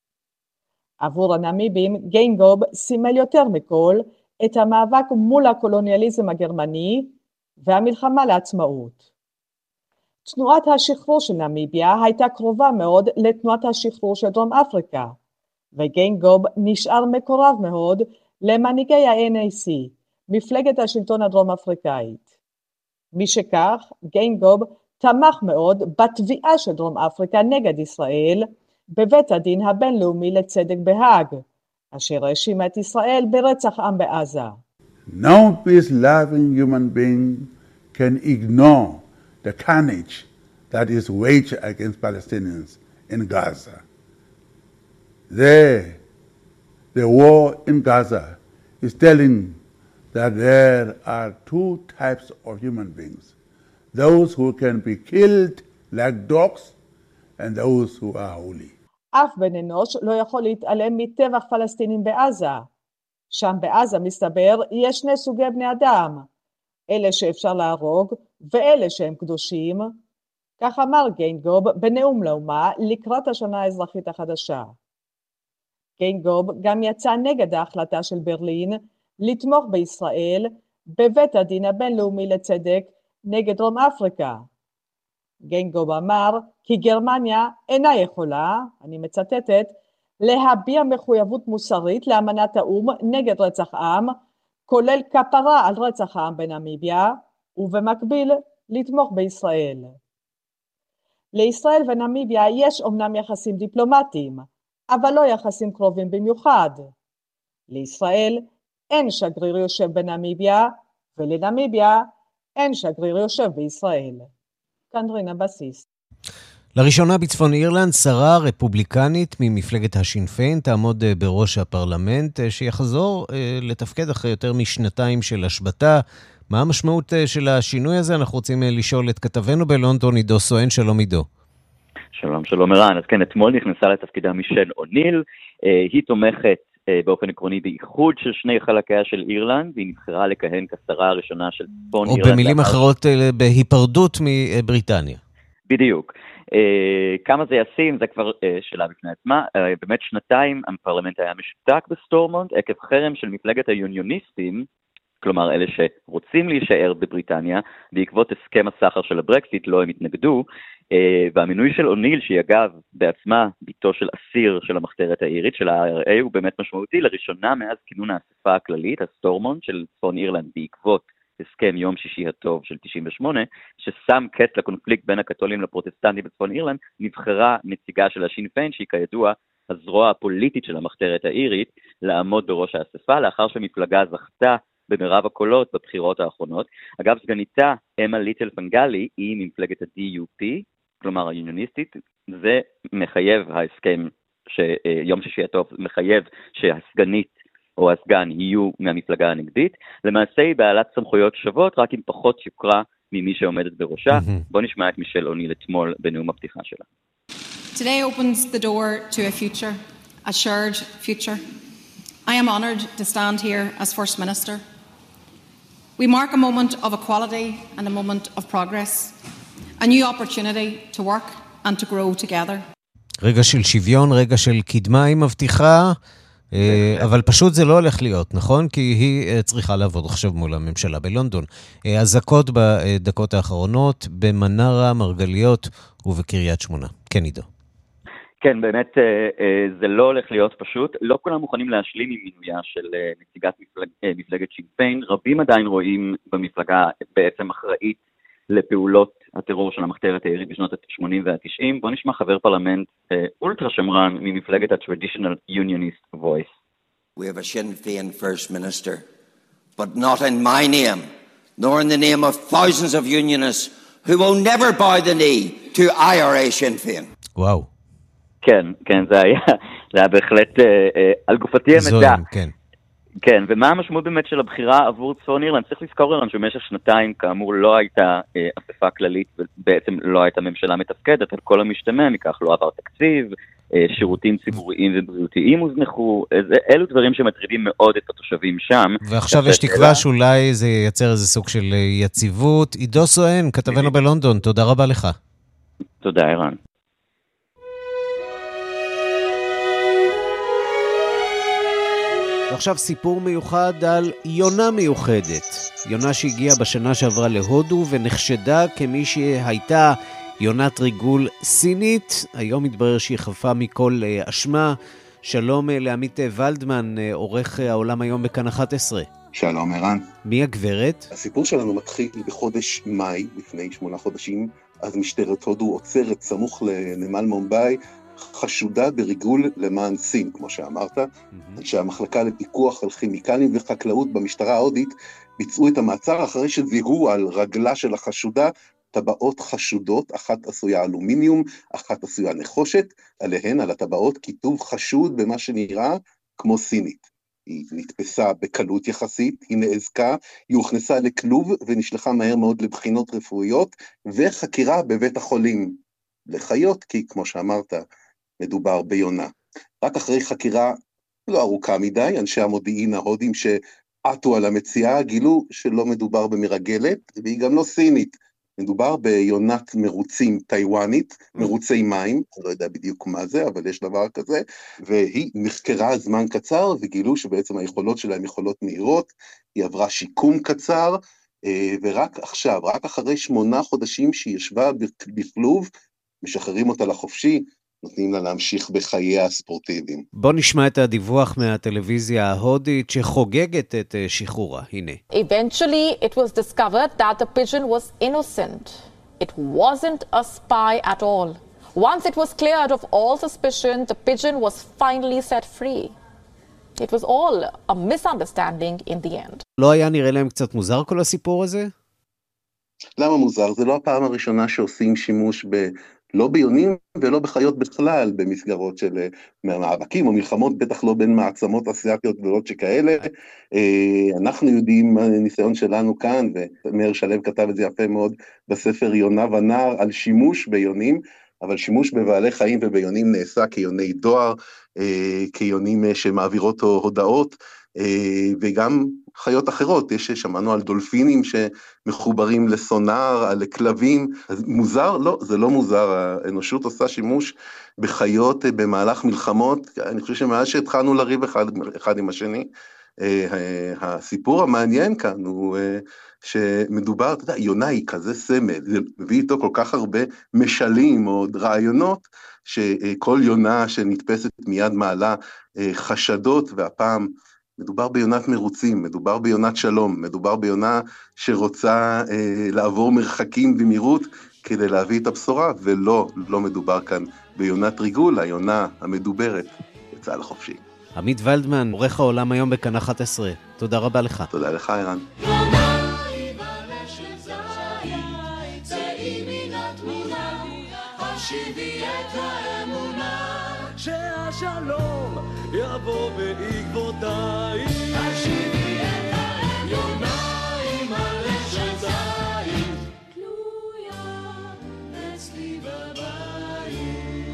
עבור הנמיבים, גיינוב סימל יותר מכל את המאבק מול הקולוניאליזם הגרמני והמלחמה לעצמאות. תנועת השחרור של נמיביה הייתה קרובה מאוד לתנועת השחרור של דרום אפריקה, וגיינוב נשאר מקורב מאוד למנהיגי ה-NAC, מפלגת השלטון הדרום אפריקאית. משכך, גיינוב תמך מאוד בתביעה של דרום אפריקה נגד ישראל בבית הדין הבינלאומי לצדק בהאג, אשר האשים את ישראל ברצח עם בעזה. No peace-loving human being can ignore the carnage that is waged against Palestinians in Gaza. The war in Gaza is telling that there are 2 types of human beings, those who can be killed like dogs and those who are holy. אף בן אנוש לא יכול להתעלם מטבח פלסטינים בעזה. שם בעזה מסתבר יש 2 סוגי בני אדם, אלה שאפשר להרוג ואלה שהם קדושים, כך אמר גיינוב בנאום לאומה לקראת השנה האזרחית החדשה. גיינוב גם יצא נגד ההחלטה של ברלין לתמוך בישראל בבית הדין הבינלאומי לצדק נגד דרום אפריקה. גיינוב אמר כי גרמניה אינה יכולה, אני מצטטת, להביע מחויבות מוסרית לאמנת האו"ם נגד רצח עם, כולל כפרה על רצח העם בנמיביה, ובמקביל לתמוך בישראל. לישראל ונמיביה יש אומנם יחסים דיפלומטיים, אבל לא יחסים קרובים במיוחד. לישראל אין שגריר יושב בנמיביה, ולנמיביה אין שגריר יושב בישראל. כאן רינה בסיס. לראשונה בצפון אירלנד, שרה רפובליקנית ממפלגת השינפיין תעמוד בראש הפרלמנט, שיחזור לתפקד אחרי יותר משנתיים של השבתה. מה המשמעות של השינוי הזה? אנחנו רוצים לשאול את כתבנו בלונדון, עידו סואן. שלום עידו. שלום ערן. אז כן, אתמול נכנסה לתפקידה מישל אוניל, היא תומכת באופן עקרוני באיחוד של שני חלקיה של אירלנד, והיא נבחרה לכהן כשרה הראשונה של צפון אירלנד. או במילים אחרות, בהיפרדות מבריטניה. בדיוק. כמה זה ישים, זה כבר שאלה בפני עצמה. באמת שנתיים הפרלמנט היה משותק בסטורמונט, עקב חרם של מפלגת היוניוניסטים, כלומר אלה שרוצים להישאר בבריטניה, בעקבות הסכם הסחר של הברקסיט, לא הם התנגדו, והמינוי של אוניל, שהיא אגב בעצמה ביתו של אסיר של המחתרת האירית, של ה-IRA, הוא באמת משמעותי, לראשונה מאז כינון האספה הכללית, הסטורמונט של צפון אירלנד, בעקבות הסכם יום שישי הטוב של 98, ששם קץ לקונפליקט בין הקתולים לפרוטסטנטים בצפון אירלנד, נבחרה נציגה של השינפיין, שהיא כידוע הזרוע הפוליטית של המחתרת האירית, לעמוד בראש האספה, לאחר שהמפלגה זכתה במרב הקולות בבחירות האחרונות. אגב, סגניתה אמה ליטל פנגלי היא ממפלגת ה-DUP, כלומר היוניוניסטית, זה מחייב ההסכם שיום שישי הטוב מחייב שהסגנית או הסגן יהיו מהמפלגה הנגדית. למעשה היא בעלת סמכויות שוות, רק עם פחות יוקרה ממי שעומדת בראשה. בוא נשמע את מישל אוניל אתמול בנאום הפתיחה שלה. Today opens the door to a future, a shared future. I am honored to stand here as First Minister. We mark a moment of equality and a moment of progress, a new opportunity to work and to grow together. רגע של שוויון, רגע של קדמה היא מבטיחה, אבל פשוט זה לא הולך להיות, נכון? כי היא צריכה לעבוד עכשיו מול הממשלה בלונדון. הזקות בדקות האחרונות במנרה, מרגליות ובקריית שמונה. כן, עידו. כן, באמת זה לא הולך להיות פשוט. לא כולם מוכנים להשלים עם מינויה של נציגת מפלגת שינפיין. רבים עדיין רואים במפלגה בעצם אחראית לפעולות הטרור של המחתרת האירית בשנות ה-80 וה-90. בוא נשמע חבר פרלמנט אולטרה שמרן ממפלגת ה-Traditional Unionist Voice. We have a Sinn Féin First Minister, but not in my name, nor in the name of thousands of unionists who will never bow the knee to IRA Sinn Féin. וואו. כן, זה היה בהחלט על גופתי המדע. כן. כן, ומה המשמעות באמת של הבחירה עבור צפון אירלנד? צריך לזכור אירלנד שבמשך שנתיים כאמור לא הייתה אספה כללית, ובעצם לא הייתה ממשלה מתפקדת, על כל המשתמע מכך לא עבר תקציב, שירותים ציבוריים ובריאותיים הוזנחו, אלו דברים שמטרידים מאוד את התושבים שם. ועכשיו יש תקווה שאולי זה ייצר איזה סוג של יציבות. עידו סואן, כתבנו בלונדון, תודה רבה לך. תודה, ערן. ועכשיו סיפור מיוחד על יונה מיוחדת. יונה שהגיעה בשנה שעברה להודו ונחשדה כמי שהייתה יונת ריגול סינית. היום מתברר שהיא חפה מכל אשמה. שלום לעמית ולדמן, עורך העולם היום בכאן 11. שלום ערן. מי הגברת? הסיפור שלנו מתחיל בחודש מאי, לפני 8 חודשים. אז משטרת הודו עוצרת סמוך לנמל מומבאי, חשודה בריגול למען סין, כמו שאמרת, שהמחלקה לפיקוח על כימיקלים וחקלאות במשטרה ההודית ביצעו את המעצר אחרי שזיהו על רגלה של החשודה טבעות חשודות, אחת עשויה אלומיניום, אחת עשויה נחושת, עליהן, על הטבעות, כיתוב חשוד במה שנראה כמו סינית. היא נתפסה בקלות יחסית, היא נאזקה, היא הוכנסה לכלוב ונשלחה מהר מאוד לבחינות רפואיות וחקירה בבית החולים לחיות, כי כמו שאמרת, מדובר ביונה. רק אחרי חקירה לא ארוכה מדי, אנשי המודיעין ההודים שעטו על המציאה גילו שלא מדובר במרגלת, והיא גם לא סינית. מדובר ביונת מרוצים טיוואנית, מרוצי מים, אני לא יודע בדיוק מה זה, אבל יש דבר כזה, והיא נחקרה זמן קצר, וגילו שבעצם היכולות שלה הן יכולות מהירות, היא עברה שיקום קצר, ורק עכשיו, רק אחרי 8 חודשים שהיא ישבה בכלוב, משחררים אותה לחופשי, נותנים לה להמשיך בחייה הספורטיביים. בוא נשמע את הדיווח מהטלוויזיה ההודית שחוגגת את שחרורה. הנה. Eventually it was discovered that the pigeon was innocent. It wasn't a spy at all. Once it was cleared of all suspicion, the pigeon was finally set free. It was all a misunderstanding in the end. לא היה נראה להם קצת מוזר כל הסיפור הזה? למה מוזר? זה לא הפעם הראשונה שעושים שימוש לא ביונים ולא בחיות בכלל במסגרות של מאבקים או מלחמות, בטח לא בין מעצמות אסיאתיות גדולות שכאלה. אנחנו יודעים, הניסיון שלנו כאן, ומאיר שלו כתב את זה יפה מאוד בספר יונה ונער, על שימוש ביונים, אבל שימוש בבעלי חיים וביונים נעשה כיוני דואר, כיונים שמעבירות הודעות, וגם חיות אחרות. שמענו על דולפינים שמחוברים לסונאר, על כלבים. אז מוזר? לא, זה לא מוזר. האנושות עושה שימוש בחיות במהלך מלחמות. אני חושב שמאז שהתחלנו לריב אחד עם השני, הסיפור המעניין כאן הוא שמדובר, אתה יודע, יונה היא כזה סמל, זה מביא איתו כל כך הרבה משלים או רעיונות, שכל יונה שנתפסת מיד מעלה חשדות, והפעם מדובר ביונת מרוצים, מדובר ביונת שלום, מדובר ביונה שרוצה לעבור מרחקים במהירות כדי להביא את הבשורה, ולא מדובר כאן ביונת ריגול, היונה המדוברת יצאה לחופשי. עמית ולדמן, עורך העולם היום בכאן 11. תודה רבה לך. תודה לך, ערן. שהשלום יבוא בעקבותיי, השיבי את היוניים על שזיים, תלויה אצלי בבית.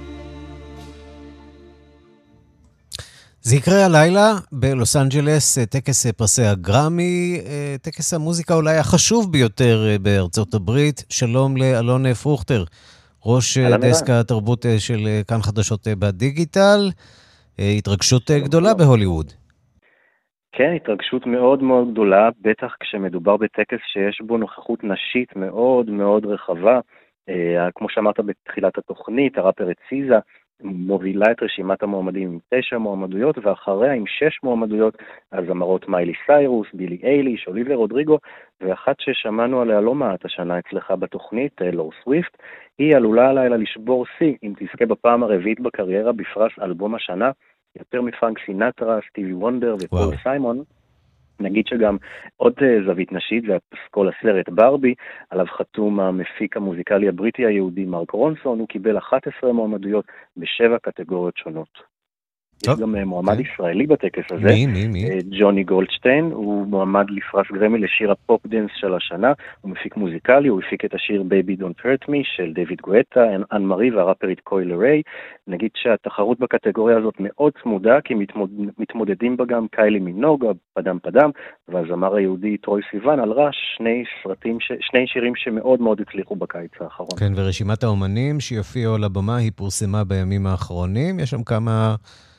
זה יקרה הלילה בלוס אנג'לס, טקס פרסי הגרמי, טקס המוזיקה אולי החשוב ביותר בארצות הברית. שלום לאלון פרוכטר, ראש דסק התרבות של כאן חדשות בדיגיטל. התרגשות גדולה בהוליווד. כן, התרגשות מאוד מאוד גדולה, בטח כשמדובר בטקס שיש בו נוכחות נשית מאוד מאוד רחבה. כמו שאמרת בתחילת התוכנית, הראפרית סיזה מובילה את רשימת המועמדים עם 9 מועמדויות, ואחריה עם 6 מועמדויות, הזמרות מיילי סיירוס, בילי אייליש, אוליביה רודריגו, ואחת ששמענו עליה לא מעט השנה אצלך בתוכנית, טיילור סוויפט. היא עלולה הלילה לשבור שיא אם תזכה בפעם הרביעית בקריירה בפרס אלבום השנה, יותר מפרנק סינטרה, סטיבי וונדר ופול סיימון. נגיד שגם עוד זווית נשית, זה הפסקול הסרט ברבי, עליו חתום המפיק המוזיקלי הבריטי היהודי מרק רונסון. הוא קיבל 11 מועמדויות ב7 קטגוריות שונות. יש גם מועמד ישראלי בטקס הזה. מי? ג'וני גולדשטיין, הוא מועמד לפרס גרמי לשיר הפופ דנס של השנה. הוא מפיק מוזיקלי, הוא הפיק את השיר Baby Don't Hurt Me של דיוויד גואטה, אן מארי והראפרית קויל ריי. נגיד שהתחרות בקטגוריה הזאת מאוד צמודה, כי מתמודדים בה גם קיילי מינוג, פדם פדם, והזמר היהודי טרוי סיוון על רעש, שני שירים שמאוד מאוד הצליחו בקיץ האחרון. כן, ורשימת האומנים שיופיעו על הבמה היא פורסמה בימים האחרונים. יש שם כמה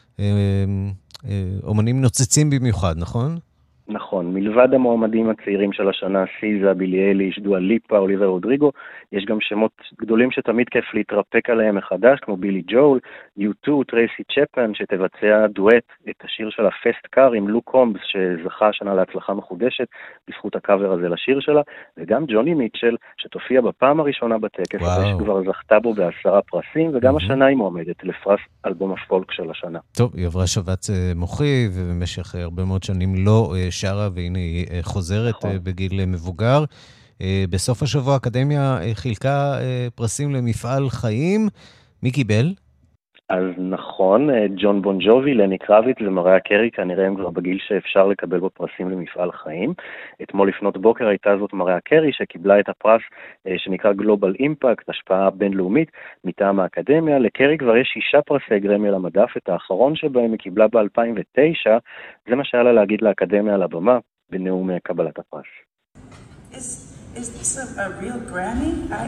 אומנים נוצצים במיוחד, נכון? נכון, מלבד המועמדים הצעירים של השנה, סיזה, בילי אייליש, דואה ליפה, אוליביה רודריגו, יש גם שמות גדולים שתמיד כיף להתרפק עליהם מחדש, כמו בילי ג'ול, U2, טרייסי צ'פמן, שתבצע דואט את השיר של הפסט קאר עם לוק קומבס, שזכה השנה להצלחה מחודשת בזכות הקאבר הזה לשיר שלה, וגם ג'וני מיטשל, שתופיע בפעם הראשונה בטקס הזה, שכבר זכתה בו ב10 פרסים, וגם השנה היא מועמדת לפרס אלבום הפולק של השנה. טוב, היא עברה שבץ מוחי, ובמשך הרבה מאוד שנים לא שרה, והנה היא חוזרת בגיל מבוגר. בסוף השבוע האקדמיה חילקה פרסים למפעל חיים. מי קיבל? אז נכון, ג'ון בון ג'ובי, לני קרביץ ומריה קרי, כנראה הם כבר בגיל שאפשר לקבל בו פרסים למפעל חיים. אתמול לפנות בוקר הייתה זאת מריה קרי, שקיבלה את הפרס שנקרא גלובל אימפקט, השפעה בינלאומית מטעם האקדמיה. לקרי כבר יש 6 פרסי גרמי על המדף, את האחרון שבהם היא קיבלה ב-2009, זה מה שהיה לה להגיד לאקדמיה על הבמה בנאום קבלת הפרס. Is this a real Grammy?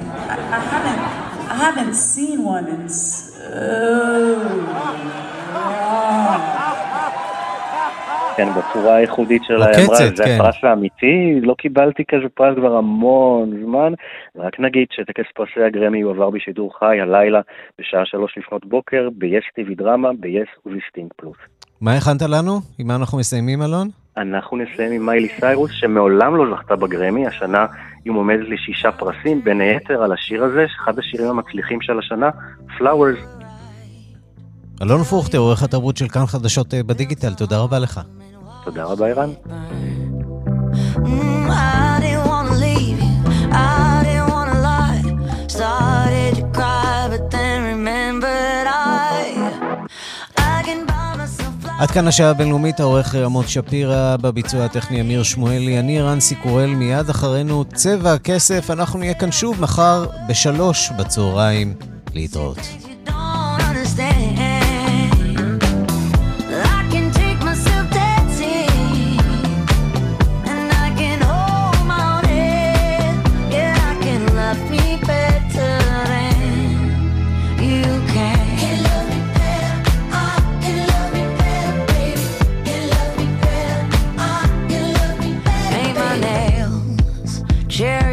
I haven't seen one in כן, בצורה הייחודית שלה היא אמרה, זה הפרס האמיתי, לא קיבלתי כזה פרס כבר המון זמן. רק נגיד שטקס פרסי הגרמי הוא עבר בשידור חי הלילה בשעה 3 לפנות בוקר, ב-Yes TV דרמה, ב-Yes ובסטינג פלוס. מה הכנת לנו? עם מה אנחנו מסיימים, אלון? אנחנו נסיים עם מיילי סיירוס, שמעולם לא זכתה בגרמי. השנה היא מועמדת ל6 פרסים, בין היתר על השיר הזה, אחד השירים המצליחים של השנה, Flowers. אלון פרוכטר, עורך התרבות של כאן חדשות בדיגיטל, תודה רבה לך. תודה רבה, אירן. I didn't want to leave you, I didn't want to lie. Started to cry, but then remembered I can buy myself. עד כאן השעה הבינלאומית, העורך רמות שפירא, בביצוע הטכני אמיר שמואלי, אני רנסי קורל, מיד אחרינו צבע הכסף, אנחנו נהיה כאן שוב מחר ב3 בצהריים, להתראות. Share